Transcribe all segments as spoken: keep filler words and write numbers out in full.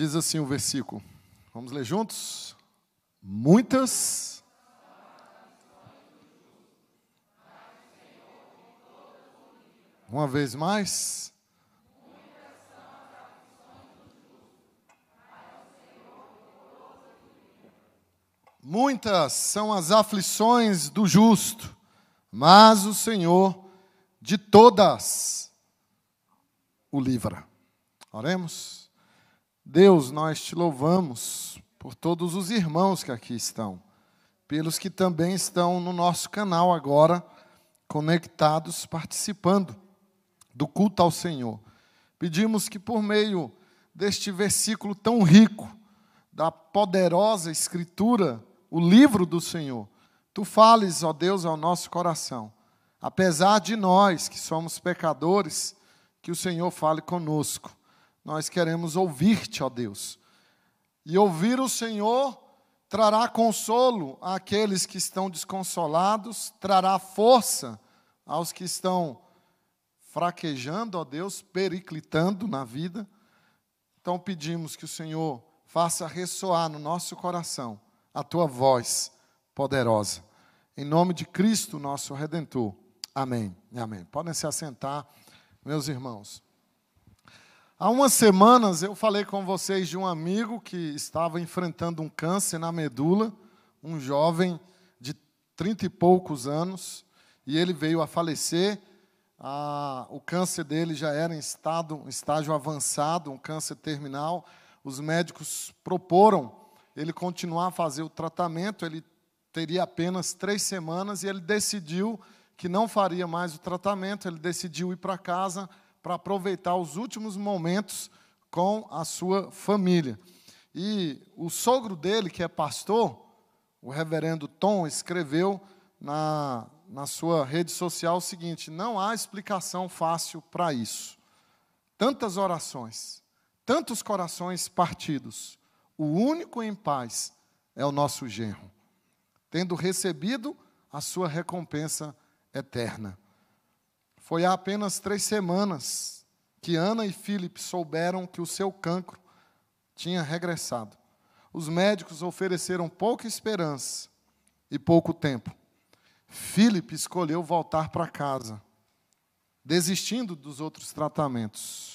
Diz assim o versículo. Vamos ler juntos? Muitas. Uma vez mais. Muitas são as aflições do justo, mas o Senhor de todas o livra. Oremos. Deus, nós te louvamos por todos os irmãos que aqui estão, pelos que também estão no nosso canal agora, conectados, participando do culto ao Senhor. Pedimos que por meio deste versículo tão rico, da poderosa Escritura, o livro do Senhor, Tu fales, ó Deus, ao nosso coração. Apesar de nós, que somos pecadores, que o Senhor fale conosco. Nós queremos ouvir-te, ó Deus. E ouvir o Senhor trará consolo àqueles que estão desconsolados, trará força aos que estão fraquejando, ó Deus, periclitando na vida. Então pedimos que o Senhor faça ressoar no nosso coração a tua voz poderosa. Em nome de Cristo, nosso Redentor. Amém e amém. Podem se assentar, meus irmãos. Há umas semanas eu falei com vocês de um amigo que estava enfrentando um câncer na medula, um jovem de trinta e poucos anos, e ele veio a falecer. Ah, o câncer dele já era em estado, um estágio avançado, um câncer terminal. Os médicos proporam ele continuar a fazer o tratamento, ele teria apenas três semanas, e ele decidiu que não faria mais o tratamento, ele decidiu ir para casa para aproveitar os últimos momentos com a sua família. E o sogro dele, que é pastor, o reverendo Tom, escreveu na, na sua rede social o seguinte: não há explicação fácil para isso. Tantas orações, tantos corações partidos, o único em paz é o nosso genro, tendo recebido a sua recompensa eterna. Foi há apenas três semanas que Ana e Filipe souberam que o seu cancro tinha regressado. Os médicos ofereceram pouca esperança e pouco tempo. Filipe escolheu voltar para casa, desistindo dos outros tratamentos.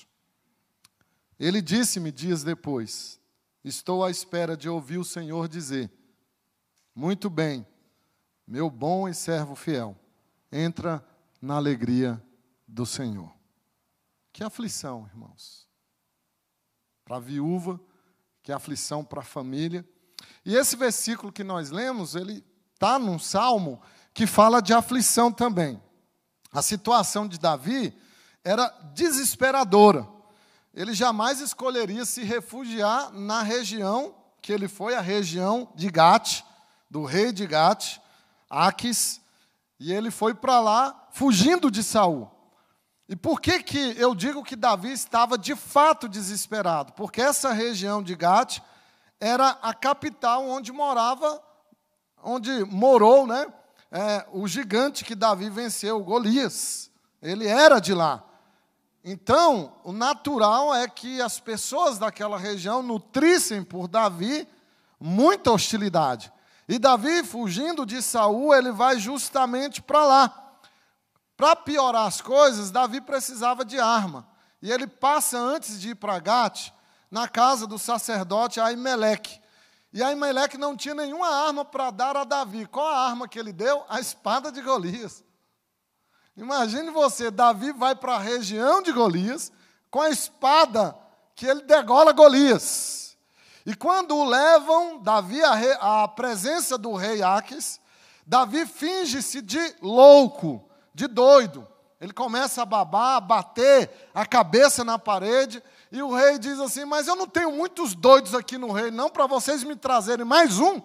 Ele disse-me dias depois: estou à espera de ouvir o Senhor dizer: muito bem, meu bom e servo fiel, entra na alegria do Senhor. Que aflição, irmãos. Para a viúva, que aflição para a família. E esse versículo que nós lemos, ele está num salmo que fala de aflição também. A situação de Davi era desesperadora. Ele jamais escolheria se refugiar na região que ele foi, a região de Gate, do rei de Gate, Aques, e ele foi para lá fugindo de Saul. E por que que eu digo que Davi estava de fato desesperado? Porque essa região de Gate era a capital onde morava, onde morou, né, é, o gigante que Davi venceu, Golias. Ele era de lá. Então, o natural é que as pessoas daquela região nutrissem por Davi muita hostilidade. E Davi, fugindo de Saul, ele vai justamente para lá. Para piorar as coisas, Davi precisava de arma. E ele passa, antes de ir para Gate, na casa do sacerdote Aimeleque. E Aimeleque não tinha nenhuma arma para dar a Davi. Qual a arma que ele deu? A espada de Golias. Imagine você, Davi vai para a região de Golias com a espada que ele degola Golias. E quando o levam, Davi, à, à presença do rei Aques, Davi finge-se de louco, de doido. Ele começa a babar, a bater a cabeça na parede, e o rei diz assim: mas eu não tenho muitos doidos aqui no reino, não, para vocês me trazerem mais um.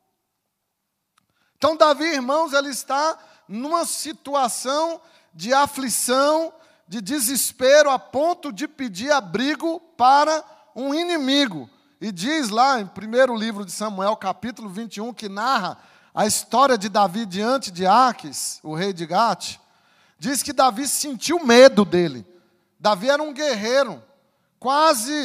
Então Davi, irmãos, ele está numa situação de aflição, de desespero, a ponto de pedir abrigo para um inimigo. E diz lá em primeiro livro de Samuel, capítulo vinte e um, que narra a história de Davi diante de Aques, o rei de Gate, diz que Davi sentiu medo dele. Davi era um guerreiro, quase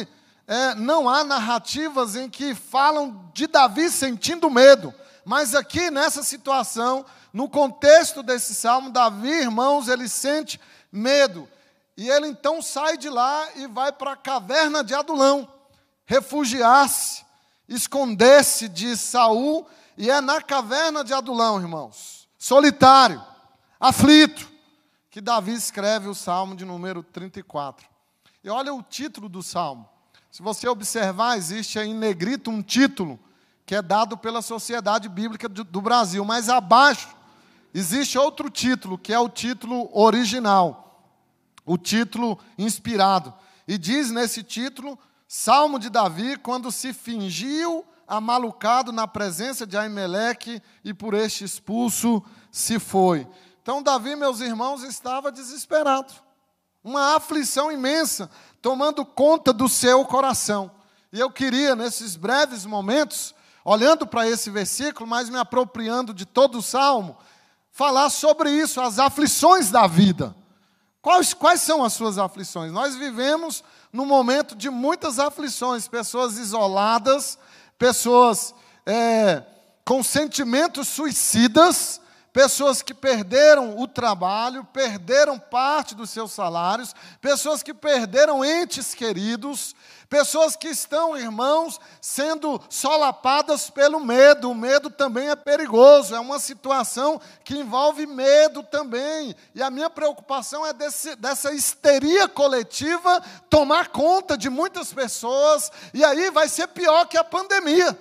é, não há narrativas em que falam de Davi sentindo medo. Mas aqui, nessa situação, no contexto desse salmo, Davi, irmãos, ele sente medo. E ele então sai de lá e vai para a caverna de Adulão, refugiar-se, esconder-se de Saul, e é na caverna de Adulão, irmãos, solitário, aflito, que Davi escreve o salmo de número trinta e quatro. E olha o título do salmo. Se você observar, existe aí em negrito um título que é dado pela Sociedade Bíblica do Brasil, mas abaixo existe outro título, que é o título original, o título inspirado. E diz nesse título, Salmo de Davi, quando se fingiu amalucado na presença de Aimeleque e por este expulso se foi. Então Davi, meus irmãos, estava desesperado. Uma aflição imensa tomando conta do seu coração. E eu queria, nesses breves momentos, olhando para esse versículo, mas me apropriando de todo o Salmo, falar sobre isso, as aflições da vida. Quais, quais são as suas aflições? Nós vivemos num momento de muitas aflições, pessoas isoladas, pessoas é, com sentimentos suicidas, pessoas que perderam o trabalho, perderam parte dos seus salários, pessoas que perderam entes queridos, pessoas que estão, irmãos, sendo solapadas pelo medo. O medo também é perigoso, é uma situação que envolve medo também. E a minha preocupação é desse, dessa histeria coletiva tomar conta de muitas pessoas, e aí vai ser pior que a pandemia.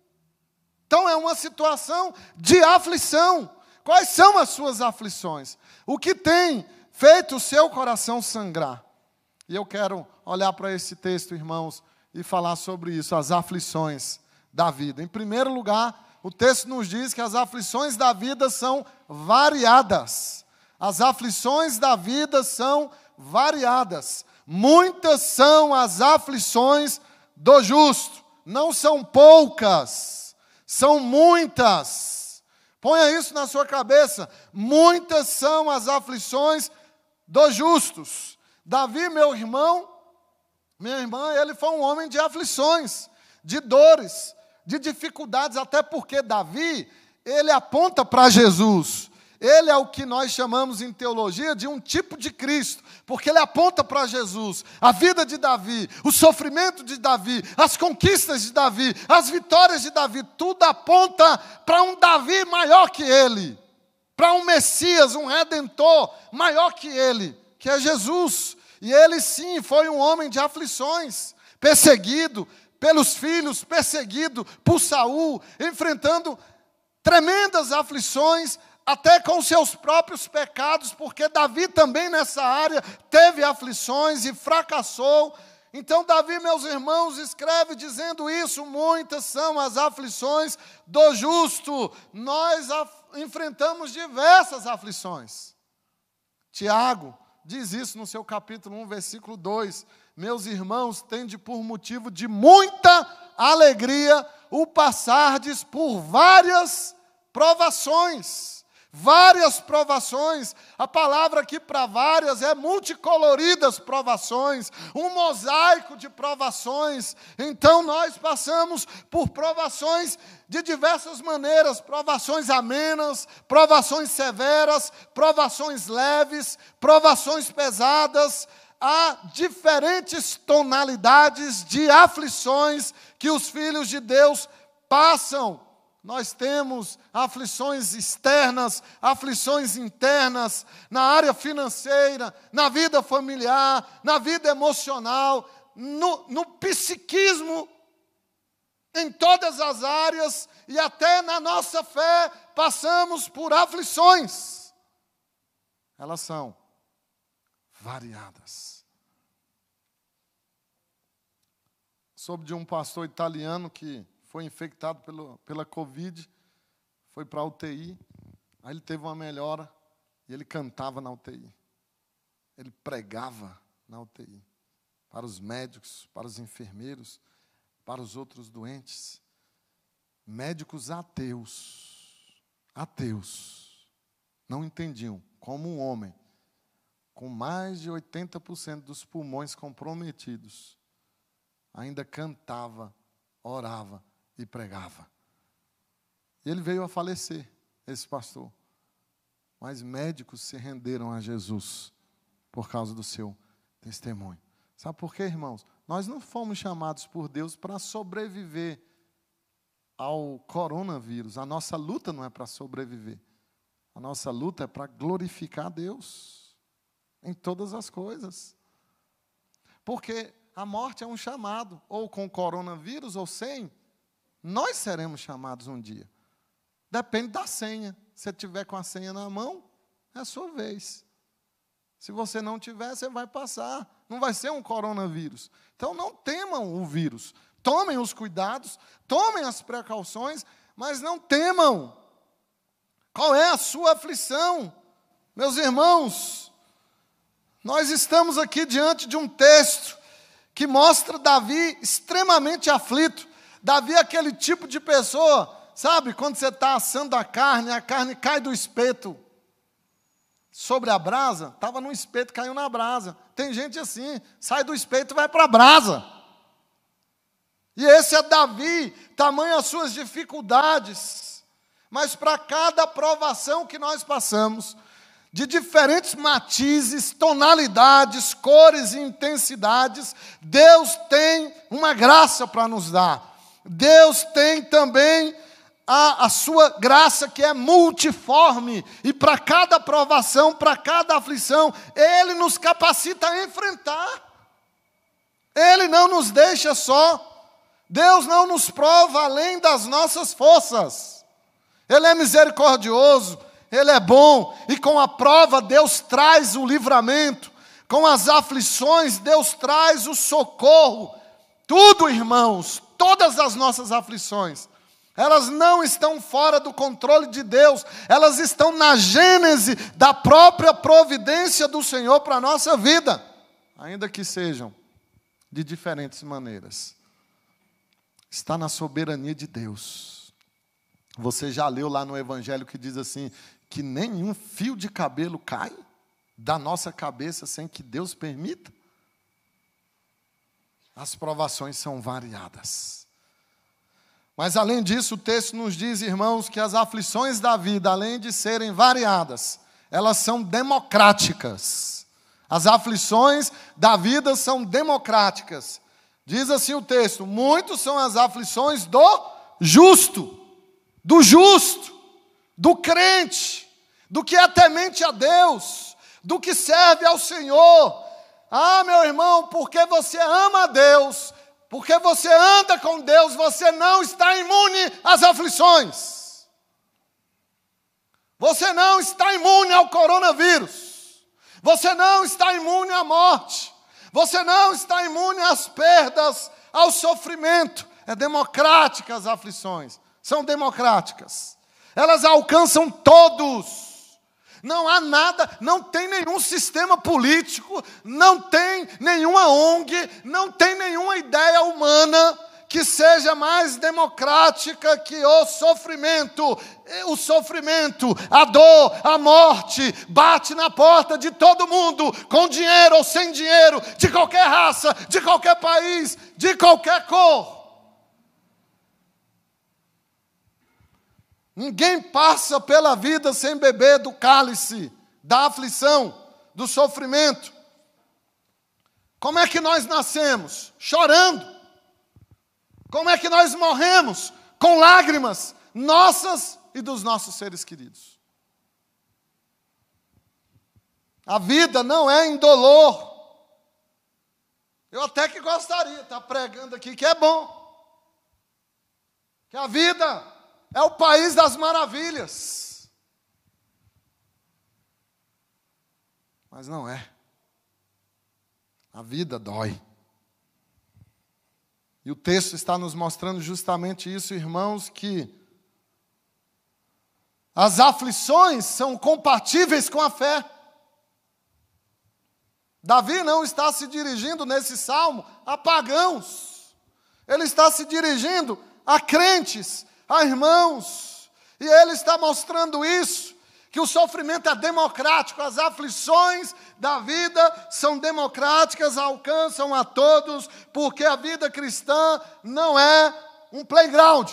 Então é uma situação de aflição. Quais são as suas aflições? O que tem feito o seu coração sangrar? E eu quero olhar para esse texto, irmãos, e falar sobre isso, as aflições da vida. Em primeiro lugar, o texto nos diz que as aflições da vida são variadas. As aflições da vida são variadas. Muitas são as aflições do justo. Não são poucas, são muitas. Ponha isso na sua cabeça. Muitas são as aflições dos justos. Davi, meu irmão, minha irmã, ele foi um homem de aflições, de dores, de dificuldades, até porque Davi, ele aponta para Jesus. Ele é o que nós chamamos em teologia de um tipo de Cristo, porque ele aponta para Jesus. A vida de Davi, o sofrimento de Davi, as conquistas de Davi, as vitórias de Davi, tudo aponta para um Davi maior que ele, para um Messias, um Redentor maior que ele, que é Jesus. E ele sim foi um homem de aflições, perseguido pelos filhos, perseguido por Saul, enfrentando tremendas aflições, até com seus próprios pecados, porque Davi também nessa área teve aflições e fracassou. Então Davi, meus irmãos, escreve dizendo isso: muitas são as aflições do justo. Nós af- enfrentamos diversas aflições. Tiago diz isso no seu capítulo um, versículo dois. Meus irmãos, tende por motivo de muita alegria o passardes por várias provações. Várias provações. A palavra aqui para várias é multicoloridas provações, um mosaico de provações. Então nós passamos por provações de diversas maneiras, provações amenas, provações severas, provações leves, provações pesadas. Há diferentes tonalidades de aflições que os filhos de Deus passam. Nós temos aflições externas, aflições internas, na área financeira, na vida familiar, na vida emocional, no, no psiquismo, em todas as áreas, e até na nossa fé passamos por aflições. Elas são variadas. Soube de um pastor italiano que foi infectado pelo, pela Covid, foi para a U T I, aí ele teve uma melhora e ele cantava na U T I. Ele pregava na U T I, para os médicos, para os enfermeiros, para os outros doentes. Médicos ateus, ateus, não entendiam como um homem com mais de oitenta por cento dos pulmões comprometidos ainda cantava, orava e pregava. E ele veio a falecer, esse pastor. Mas médicos se renderam a Jesus por causa do seu testemunho. Sabe por quê, irmãos? Nós não fomos chamados por Deus para sobreviver ao coronavírus. A nossa luta não é para sobreviver. A nossa luta é para glorificar a Deus em todas as coisas. Porque a morte é um chamado, ou com coronavírus ou sem, nós seremos chamados um dia. Depende da senha. Se você tiver com a senha na mão, é a sua vez. Se você não tiver, você vai passar. Não vai ser um coronavírus. Então não temam o vírus. Tomem os cuidados, tomem as precauções, mas não temam. Qual é a sua aflição? Meus irmãos, nós estamos aqui diante de um texto que mostra Davi extremamente aflito. Davi é aquele tipo de pessoa, sabe, quando você está assando a carne, a carne cai do espeto sobre a brasa, estava no espeto, caiu na brasa. Tem gente assim, sai do espeto e vai para a brasa. E esse é Davi, tamanho as suas dificuldades. Mas para cada provação que nós passamos, de diferentes matizes, tonalidades, cores e intensidades, Deus tem uma graça para nos dar. Deus tem também a, a sua graça que é multiforme. E para cada provação, para cada aflição, Ele nos capacita a enfrentar. Ele não nos deixa só. Deus não nos prova além das nossas forças. Ele é misericordioso, Ele é bom, e com a prova Deus traz o livramento, com as aflições Deus traz o socorro. Tudo, irmãos, todas as nossas aflições, elas não estão fora do controle de Deus, elas estão na gênese da própria providência do Senhor para a nossa vida, ainda que sejam de diferentes maneiras. Está na soberania de Deus. Você já leu lá no Evangelho que diz assim, que nenhum fio de cabelo cai da nossa cabeça sem que Deus permita? As provações são variadas. Mas além disso, o texto nos diz, irmãos, que as aflições da vida, além de serem variadas, elas são democráticas. As aflições da vida são democráticas. Diz assim o texto, muitos são as aflições do justo, do justo, do crente, do que é temente a Deus, do que serve ao Senhor. Ah, meu irmão, porque você ama a Deus, porque você anda com Deus, você não está imune às aflições. Você não está imune ao coronavírus. Você não está imune à morte. Você não está imune às perdas, ao sofrimento. É democrática as aflições. São democráticas. Elas alcançam todos. Não há nada, não tem nenhum sistema político, não tem nenhuma O N G, não tem nenhuma ideia humana que seja mais democrática que o sofrimento. O sofrimento, a dor, a morte, bate na porta de todo mundo, com dinheiro ou sem dinheiro, de qualquer raça, de qualquer país, de qualquer cor. Ninguém passa pela vida sem beber do cálice, da aflição, do sofrimento. Como é que nós nascemos? Chorando. Como é que nós morremos? Com lágrimas nossas e dos nossos seres queridos. A vida não é indolor. Eu até que gostaria de estar pregando aqui que é bom. Que a vida é o país das maravilhas. Mas não é. A vida dói. E o texto está nos mostrando justamente isso, irmãos, que as aflições são compatíveis com a fé. Davi não está se dirigindo nesse salmo a pagãos. Ele está se dirigindo a crentes, a irmãos. E ele está mostrando isso, que o sofrimento é democrático, as aflições da vida são democráticas, alcançam a todos, porque a vida cristã não é um playground.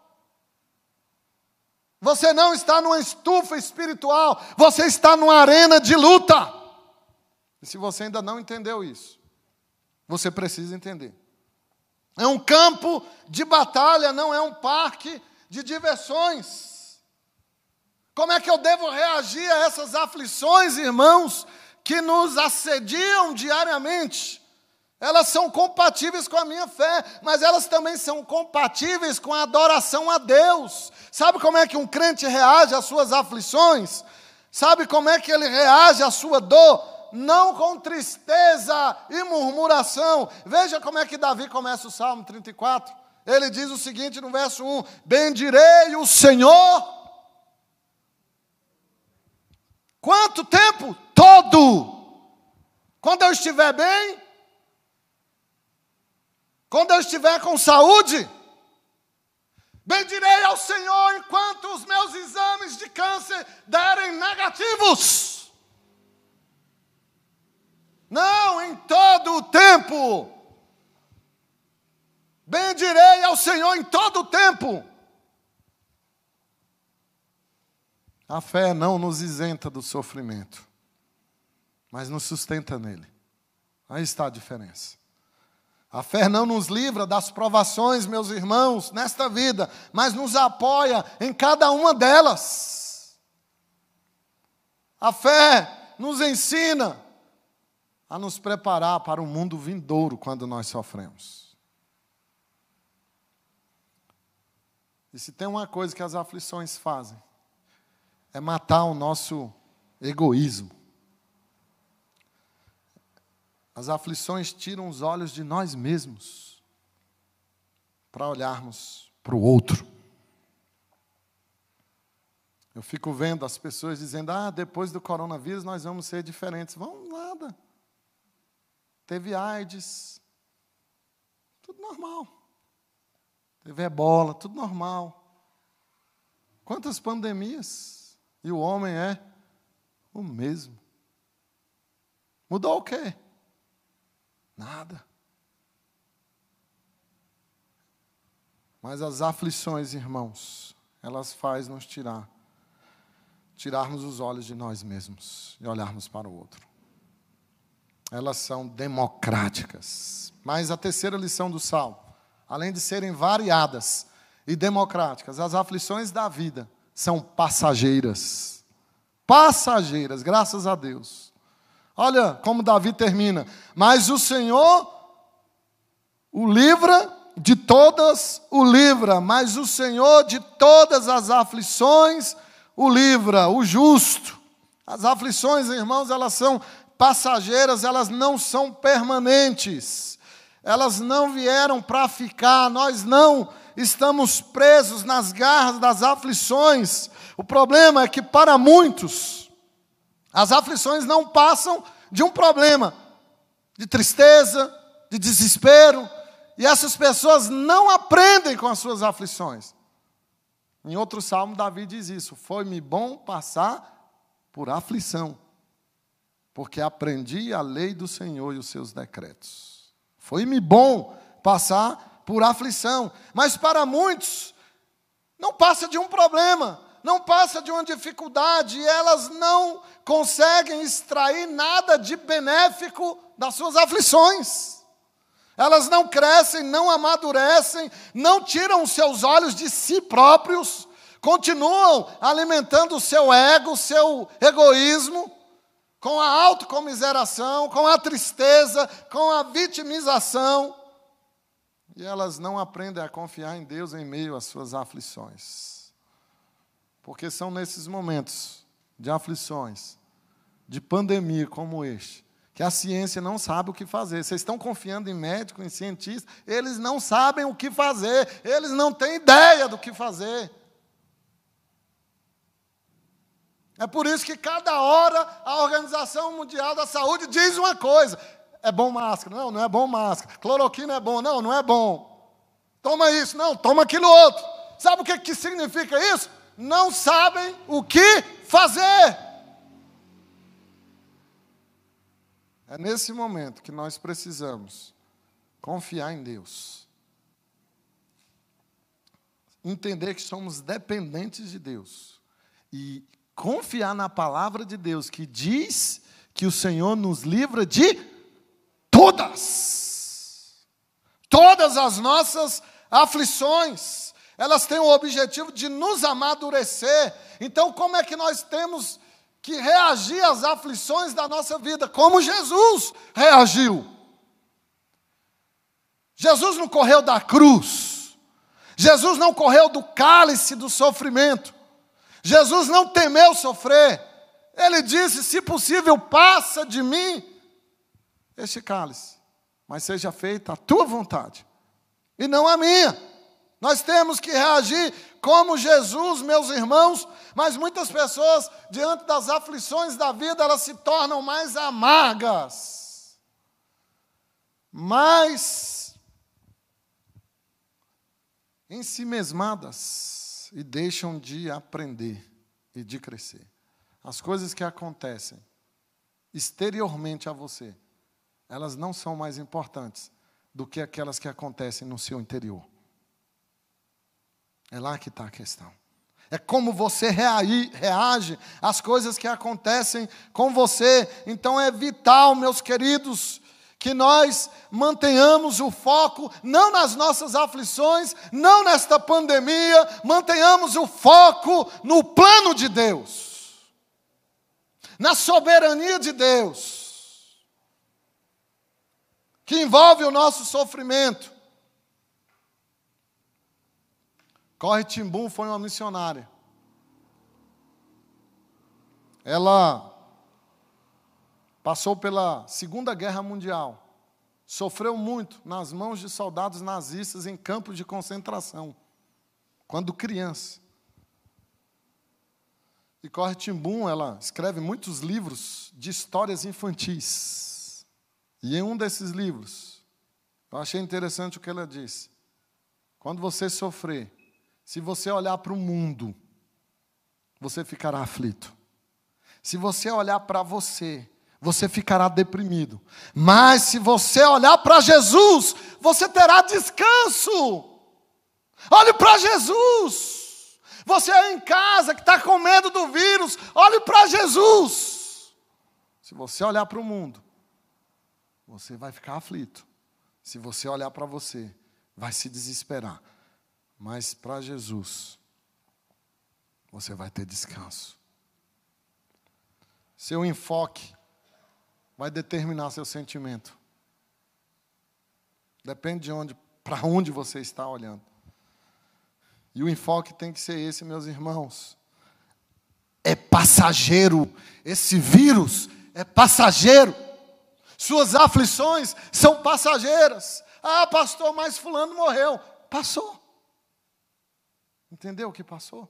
Você não está numa estufa espiritual, você está numa arena de luta. E se você ainda não entendeu isso, você precisa entender. É um campo de batalha, não é um parque de diversões. Como é que eu devo reagir a essas aflições, irmãos, que nos assediam diariamente? Elas são compatíveis com a minha fé, mas elas também são compatíveis com a adoração a Deus. Sabe como é que um crente reage às suas aflições? Sabe como é que ele reage à sua dor? Não com tristeza e murmuração. Veja como é que Davi começa o Salmo trinta e quatro. Ele diz o seguinte no verso um: bendirei o Senhor. Quanto tempo? Todo. Quando eu estiver bem, quando eu estiver com saúde, bendirei ao Senhor enquanto os meus exames de câncer derem negativos. Não, em todo o tempo. Bendirei ao Senhor em todo o tempo. A fé não nos isenta do sofrimento, mas nos sustenta nele. Aí está a diferença. A fé não nos livra das provações, meus irmãos, nesta vida, mas nos apoia em cada uma delas. A fé nos ensina a nos preparar para o mundo vindouro quando nós sofremos. E se tem uma coisa que as aflições fazem, é matar o nosso egoísmo. As aflições tiram os olhos de nós mesmos para olharmos para o outro. Eu fico vendo as pessoas dizendo: ah, depois do coronavírus nós vamos ser diferentes. Vamos nada. Teve AIDS, tudo normal. Teve ebola, tudo normal. Quantas pandemias? E o homem é o mesmo. Mudou o quê? Nada. Mas as aflições, irmãos, elas fazem nos tirar, tirarmos os olhos de nós mesmos e olharmos para o outro. Elas são democráticas. Mas a terceira lição do Salmo, além de serem variadas e democráticas, as aflições da vida são passageiras. Passageiras, graças a Deus. Olha como Davi termina: mas o Senhor o livra de todas, o livra, mas o Senhor de todas as aflições o livra, o justo. As aflições, irmãos, elas são passageiras, elas não são permanentes. Elas não vieram para ficar, nós não estamos presos nas garras das aflições. O problema é que para muitos, as aflições não passam de um problema, de tristeza, de desespero, e essas pessoas não aprendem com as suas aflições. Em outro salmo, Davi diz isso: foi-me bom passar por aflição, porque aprendi a lei do Senhor e os seus decretos. Foi-me bom passar por aflição, mas para muitos não passa de um problema, não passa de uma dificuldade, e elas não conseguem extrair nada de benéfico das suas aflições. Elas não crescem, não amadurecem, não tiram os seus olhos de si próprios, continuam alimentando o seu ego, o seu egoísmo, com a autocomiseração, com a tristeza, com a vitimização. E elas não aprendem a confiar em Deus em meio às suas aflições. Porque são nesses momentos de aflições, de pandemia como este, que a ciência não sabe o que fazer. Vocês estão confiando em médicos, em cientistas, eles não sabem o que fazer, eles não têm ideia do que fazer. É por isso que cada hora a Organização Mundial da Saúde diz uma coisa: é bom máscara, não, não é bom máscara. Cloroquina é bom, não, não é bom. Toma isso, não, toma aquilo outro. Sabe o que, que significa isso? Não sabem o que fazer. É nesse momento que nós precisamos confiar em Deus. Entender que somos dependentes de Deus. E confiar na palavra de Deus, que diz que o Senhor nos livra de todas. Todas as nossas aflições. Elas têm o objetivo de nos amadurecer. Então, como é que nós temos que reagir às aflições da nossa vida? Como Jesus reagiu. Jesus não correu da cruz. Jesus não correu do cálice do sofrimento. Jesus não temeu sofrer. Ele disse, se possível, passa de mim este cálice, mas seja feita a tua vontade, e não a minha. Nós temos que reagir como Jesus, meus irmãos, mas muitas pessoas, diante das aflições da vida, elas se tornam mais amargas, mais ensimesmadas, e deixam de aprender e de crescer. As coisas que acontecem exteriormente a você, elas não são mais importantes do que aquelas que acontecem no seu interior. É lá que está a questão. É como você reage às coisas que acontecem com você. Então é vital, meus queridos, que nós mantenhamos o foco, não nas nossas aflições, não nesta pandemia, mantenhamos o foco no plano de Deus, na soberania de Deus, que envolve o nosso sofrimento. Corre Timbum foi uma missionária. Ela passou pela Segunda Guerra Mundial. Sofreu muito nas mãos de soldados nazistas em campos de concentração, quando criança. E Corre Timbum, ela escreve muitos livros de histórias infantis. E em um desses livros, eu achei interessante o que ela disse. Quando você sofrer, se você olhar para o mundo, você ficará aflito. Se você olhar para você, você ficará deprimido. Mas se você olhar para Jesus, você terá descanso. Olhe para Jesus. Você aí em casa que está com medo do vírus, olhe para Jesus. Se você olhar para o mundo, você vai ficar aflito. Se você olhar para você, vai se desesperar. Mas para Jesus, você vai ter descanso. Seu enfoque vai determinar seu sentimento. Depende de onde, para onde você está olhando. E o enfoque tem que ser esse, meus irmãos. É passageiro. Esse vírus é passageiro. Suas aflições são passageiras. Ah, pastor, mas fulano morreu. Passou. Entendeu o que passou?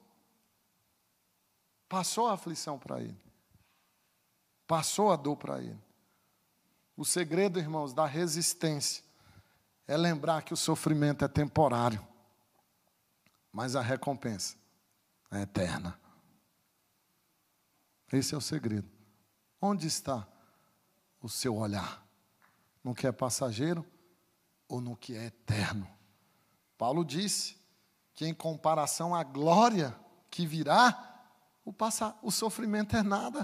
Passou a aflição para ele. Passou a dor para ele. O segredo, irmãos, da resistência é lembrar que o sofrimento é temporário, mas a recompensa é eterna. Esse é o segredo. Onde está o seu olhar? No que é passageiro ou no que é eterno? Paulo disse que em comparação à glória que virá, o, passa, o sofrimento é nada.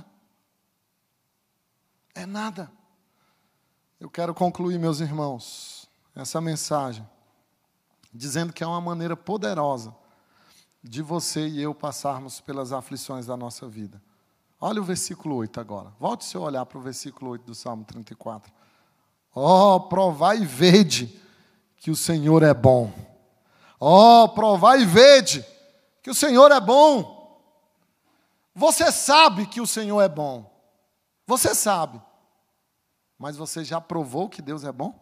É nada. Eu quero concluir, meus irmãos, essa mensagem, dizendo que é uma maneira poderosa de você e eu passarmos pelas aflições da nossa vida. Olha o versículo oito agora. Volte seu olhar para o versículo oito do Salmo trinta e quatro. Ó, oh, provai e vede que o Senhor é bom. Ó, oh, provai e vede que o Senhor é bom. Você sabe que o Senhor é bom. Você sabe. Mas você já provou que Deus é bom?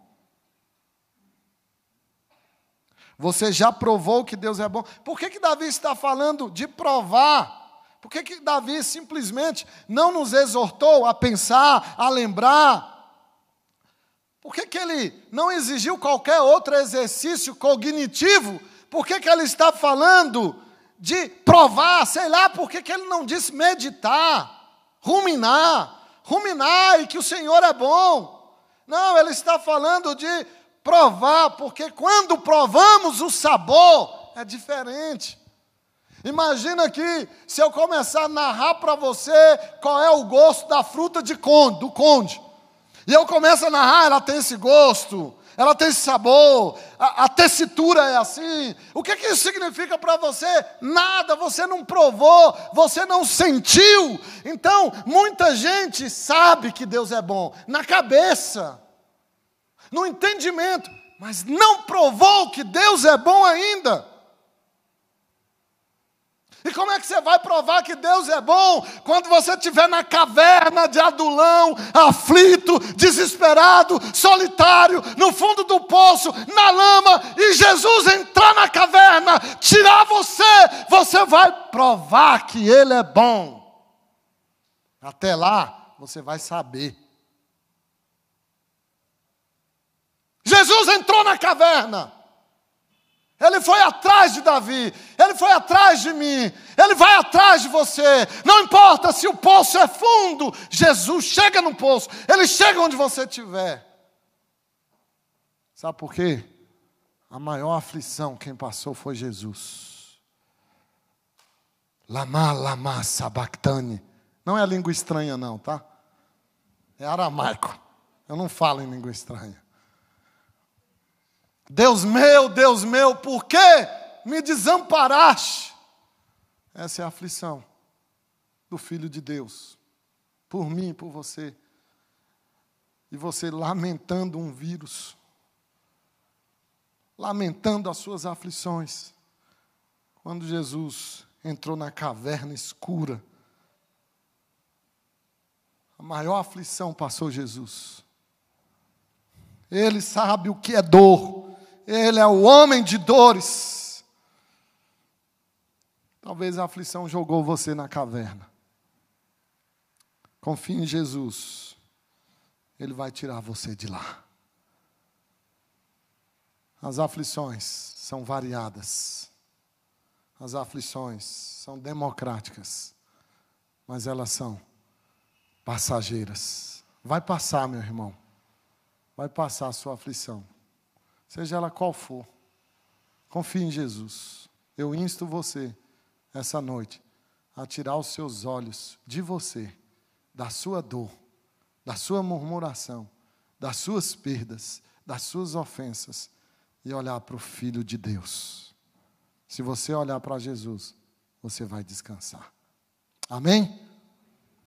Você já provou que Deus é bom? Por que que Davi está falando de provar? Por que que Davi simplesmente não nos exortou a pensar, a lembrar? Por que que ele não exigiu qualquer outro exercício cognitivo? Por que que ele está falando de provar, sei lá por que ele não disse meditar, ruminar, ruminar e que o Senhor é bom. Não, ele está falando de provar, porque quando provamos o sabor, é diferente. Imagina que se eu começar a narrar para você qual é o gosto da fruta de conde, do conde. E eu começo a narrar, ela tem esse gosto, ela tem esse sabor, a, a tessitura é assim. O que, que isso significa para você? Nada, você não provou, você não sentiu. Então, muita gente sabe que Deus é bom, na cabeça, no entendimento, mas não provou que Deus é bom ainda. E como é que você vai provar que Deus é bom quando você estiver na caverna de Adulão, aflito, desesperado, solitário, no fundo do poço, na lama, e Jesus entrar na caverna, tirar você, você vai provar que Ele é bom. Até lá, você vai saber. Jesus entrou na caverna. Ele foi atrás de Davi, ele foi atrás de mim, ele vai atrás de você. Não importa se o poço é fundo, Jesus chega no poço, ele chega onde você estiver. Sabe por quê? A maior aflição quem passou foi Jesus. Lama, lama, sabactane. Não é língua estranha não, tá? É aramaico. Eu não falo em língua estranha. Deus meu, Deus meu, por que me desamparaste? Essa é a aflição do Filho de Deus, por mim e por você. E você lamentando um vírus, lamentando as suas aflições. Quando Jesus entrou na caverna escura, a maior aflição passou Jesus. Ele sabe o que é dor. Ele é o homem de dores. Talvez a aflição jogou você na caverna. Confie em Jesus. Ele vai tirar você de lá. As aflições são variadas. As aflições são democráticas. Mas elas são passageiras. Vai passar, meu irmão. Vai passar a sua aflição. Seja ela qual for, confie em Jesus. Eu insto você, essa noite, a tirar os seus olhos de você, da sua dor, da sua murmuração, das suas perdas, das suas ofensas, e olhar para o Filho de Deus. Se você olhar para Jesus, você vai descansar. Amém?